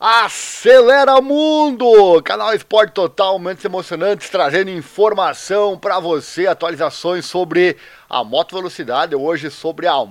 Acelera Mundo! Canal Esporte Total, momentos emocionantes, trazendo informação para você, atualizações sobre a moto velocidade, hoje sobre a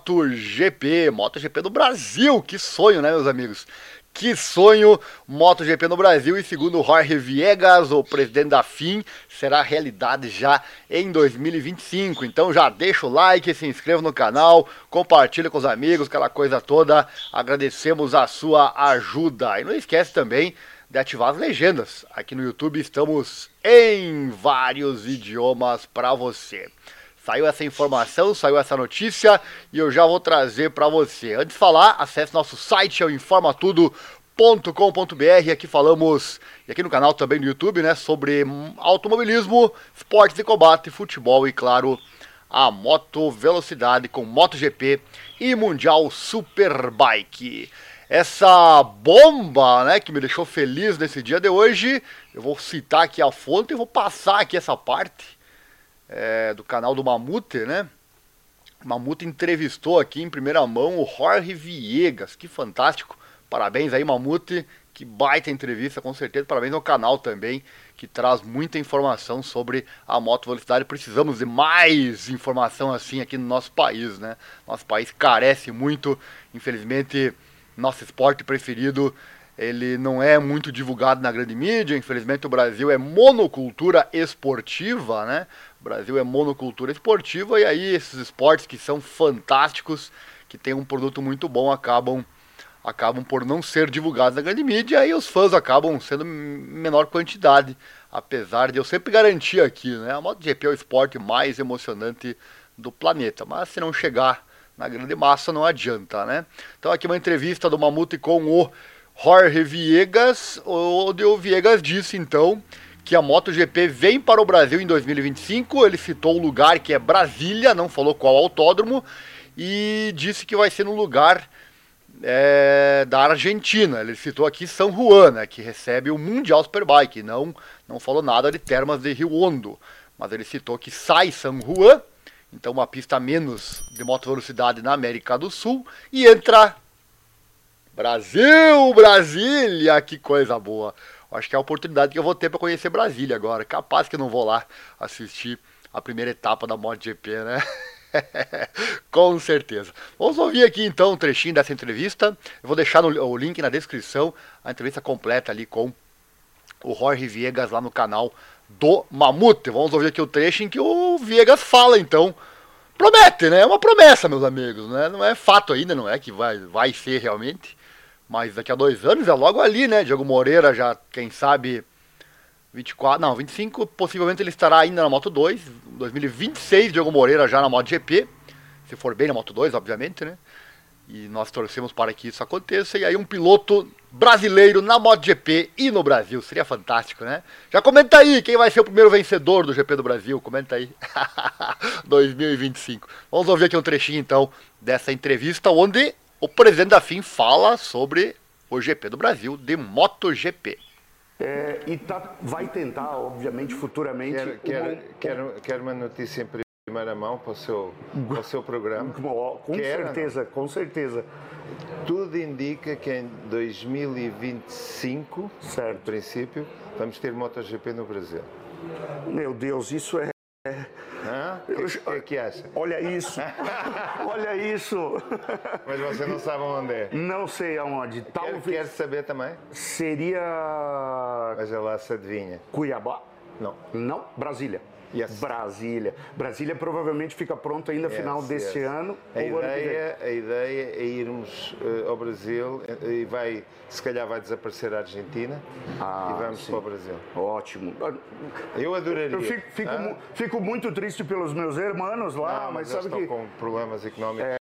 MotoGP do Brasil. Que sonho, né, meus amigos? Que sonho, MotoGP no Brasil, e segundo Jorge Viegas, o presidente da FIM, será realidade já em 2025. Então já deixa o like, se inscreva no canal, compartilha com os amigos, aquela coisa toda. Agradecemos a sua ajuda. E não esquece também de ativar as legendas. Aqui no YouTube estamos em vários idiomas para você. Saiu essa informação, saiu essa notícia e eu já vou trazer para você. Antes de falar, acesse nosso site, é o informatudo.com.br. Aqui falamos, e aqui no canal também no YouTube, né, sobre automobilismo, esportes de combate, futebol e, claro, a moto velocidade com MotoGP e Mundial Superbike. Essa bomba, né, que me deixou feliz nesse dia de hoje, eu vou citar aqui a fonte e vou passar aqui essa parte. Do canal do Mamute, né? O Mamute entrevistou aqui em primeira mão o Jorge Viegas, que fantástico, parabéns aí, Mamute, que baita entrevista, com certeza, parabéns ao canal também, que traz muita informação sobre a moto velocidade. Precisamos de mais informação assim aqui no nosso país, né? Nosso país carece muito, infelizmente, nosso esporte preferido, ele não é muito divulgado na grande mídia. Infelizmente o Brasil é monocultura esportiva, né? O Brasil é monocultura esportiva, e aí esses esportes que são fantásticos, que tem um produto muito bom, acabam por não ser divulgados na grande mídia, e os fãs acabam sendo em menor quantidade, apesar de eu sempre garantir aqui, né? A MotoGP é o esporte mais emocionante do planeta, mas se não chegar na grande massa não adianta, né? Então aqui uma entrevista do Mamute com o Jorge Viegas, onde o Viegas disse então que a MotoGP vem para o Brasil em 2025. Ele citou o lugar, que é Brasília, não falou qual autódromo, e disse que vai ser no lugar da Argentina. Ele citou aqui São Juan, né, que recebe o Mundial Superbike. Não falou nada de Termas de Rio Hondo, mas ele citou que sai São Juan, então uma pista menos de moto velocidade na América do Sul, e entra Brasília, que coisa boa. Acho que é a oportunidade que eu vou ter para conhecer Brasília agora. Capaz que eu não vou lá assistir a primeira etapa da MotoGP, né? Com certeza. Vamos ouvir aqui então um trechinho dessa entrevista. Eu vou deixar o link na descrição, a entrevista completa ali com o Jorge Viegas lá no canal do Mamute. Vamos ouvir aqui o trecho em que o Viegas fala então. Promete, né? É uma promessa, meus amigos, né? Não é fato ainda, não é que vai ser realmente. Mas daqui a 2 anos é logo ali, né? Diego Moreira já, quem sabe, 25, possivelmente ele estará ainda na Moto 2. 2026, Diego Moreira já na MotoGP. Se for bem na Moto 2, obviamente, né? E nós torcemos para que isso aconteça. E aí um piloto brasileiro na MotoGP e no Brasil. Seria fantástico, né? Já comenta aí, quem vai ser o primeiro vencedor do GP do Brasil? Comenta aí. 2025. Vamos ouvir aqui um trechinho, então, dessa entrevista, onde o presidente da FIM fala sobre o GP do Brasil de MotoGP. Vai tentar, obviamente, futuramente... Quero uma notícia em primeira mão para o seu programa. Com certeza. Tudo indica que em 2025, certo, no princípio, vamos ter MotoGP no Brasil. Meu Deus, isso é... O que acha? Olha isso. Olha isso. Mas você não sabe onde é? Não sei aonde. Quer saber também? Seria... Veja lá se adivinha. Cuiabá? Não, Brasília. Yes. Brasília provavelmente fica pronto ainda no final desse ano. A ideia é irmos ao Brasil, e se calhar vai desaparecer a Argentina, e vamos para o Brasil. Ótimo. Eu adoraria. Eu fico muito triste pelos meus irmãos lá, mas sabe estão com problemas económicos.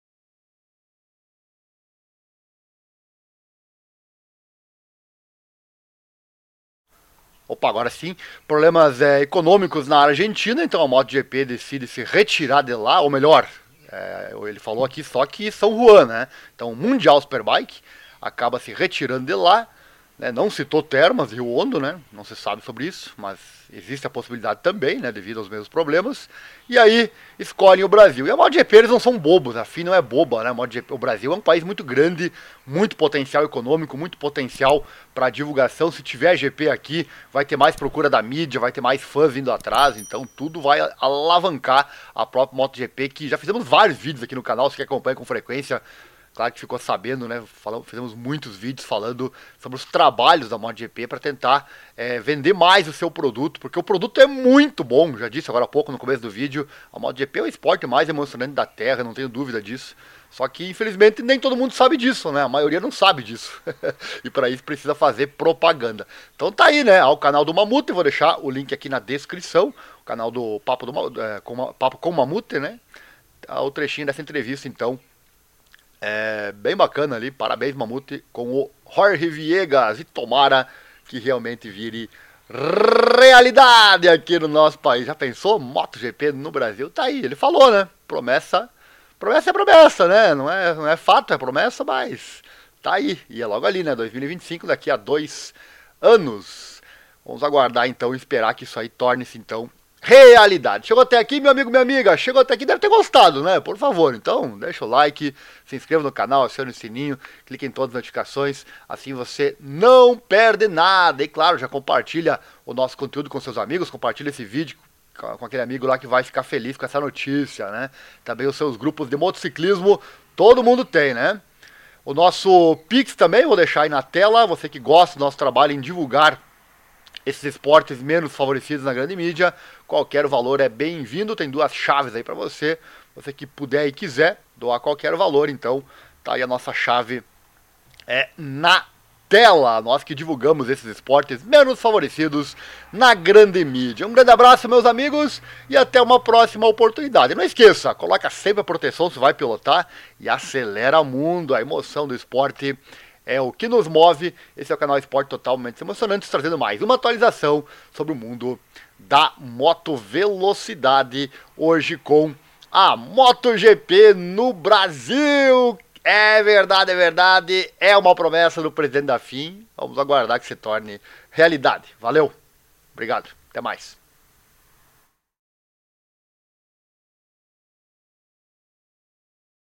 Opa, agora sim, problemas econômicos na Argentina, então a MotoGP decide se retirar de lá, ou melhor, ele falou aqui só que São Juan, né? Então o Mundial Superbike acaba se retirando de lá, né? Não citou Termas e Rio Hondo, né? Não se sabe sobre isso, mas existe a possibilidade também, né? Devido aos mesmos problemas. E aí escolhem o Brasil. E a MotoGP, eles não são bobos, a FIA não é boba, né? O Brasil é um país muito grande, muito potencial econômico, muito potencial para divulgação. Se tiver GP aqui, vai ter mais procura da mídia, vai ter mais fãs vindo atrás. Então tudo vai alavancar a própria MotoGP, que já fizemos vários vídeos aqui no canal, se quer acompanha com frequência. Claro que ficou sabendo, né? Fizemos muitos vídeos falando sobre os trabalhos da MotoGP para tentar vender mais o seu produto, porque o produto é muito bom, já disse agora há pouco no começo do vídeo, a MotoGP é o esporte mais emocionante da Terra, não tenho dúvida disso. Só que, infelizmente, nem todo mundo sabe disso, né? A maioria não sabe disso. E para isso precisa fazer propaganda. Então tá aí, né? O canal do Mamute, eu vou deixar o link aqui na descrição, o canal do Papo com Mamute, né? O trechinho dessa entrevista, então. É bem bacana ali, parabéns Mamute com o Jorge Viegas e tomara que realmente vire realidade aqui no nosso país. Já pensou? MotoGP no Brasil? Tá aí, ele falou, né? Promessa é promessa, né? Não é fato, é promessa, mas tá aí. E é logo ali, né? 2025, daqui a 2 anos. Vamos aguardar então e esperar que isso aí torne-se então realidade. Chegou até aqui, meu amigo, minha amiga? Chegou até aqui, deve ter gostado, né? Por favor, então, deixa o like, se inscreva no canal, acione o sininho, clique em todas as notificações, assim você não perde nada. E claro, já compartilha o nosso conteúdo com seus amigos, compartilha esse vídeo com aquele amigo lá que vai ficar feliz com essa notícia, né? Também os seus grupos de motociclismo, todo mundo tem, né? O nosso Pix também, vou deixar aí na tela, você que gosta do nosso trabalho em divulgar esses esportes menos favorecidos na grande mídia, qualquer valor é bem-vindo, tem 2 chaves aí para você que puder e quiser doar qualquer valor, então tá aí a nossa chave na tela, nós que divulgamos esses esportes menos favorecidos na grande mídia. Um grande abraço, meus amigos, e até uma próxima oportunidade. Não esqueça, coloca sempre a proteção se vai pilotar e acelera o mundo, a emoção do esporte é o que nos move. Esse é o canal Esporte Totalmente Emocionante, trazendo mais uma atualização sobre o mundo da motovelocidade, hoje com a MotoGP no Brasil. É verdade, é uma promessa do presidente da FIM, vamos aguardar que se torne realidade. Valeu, obrigado, até mais.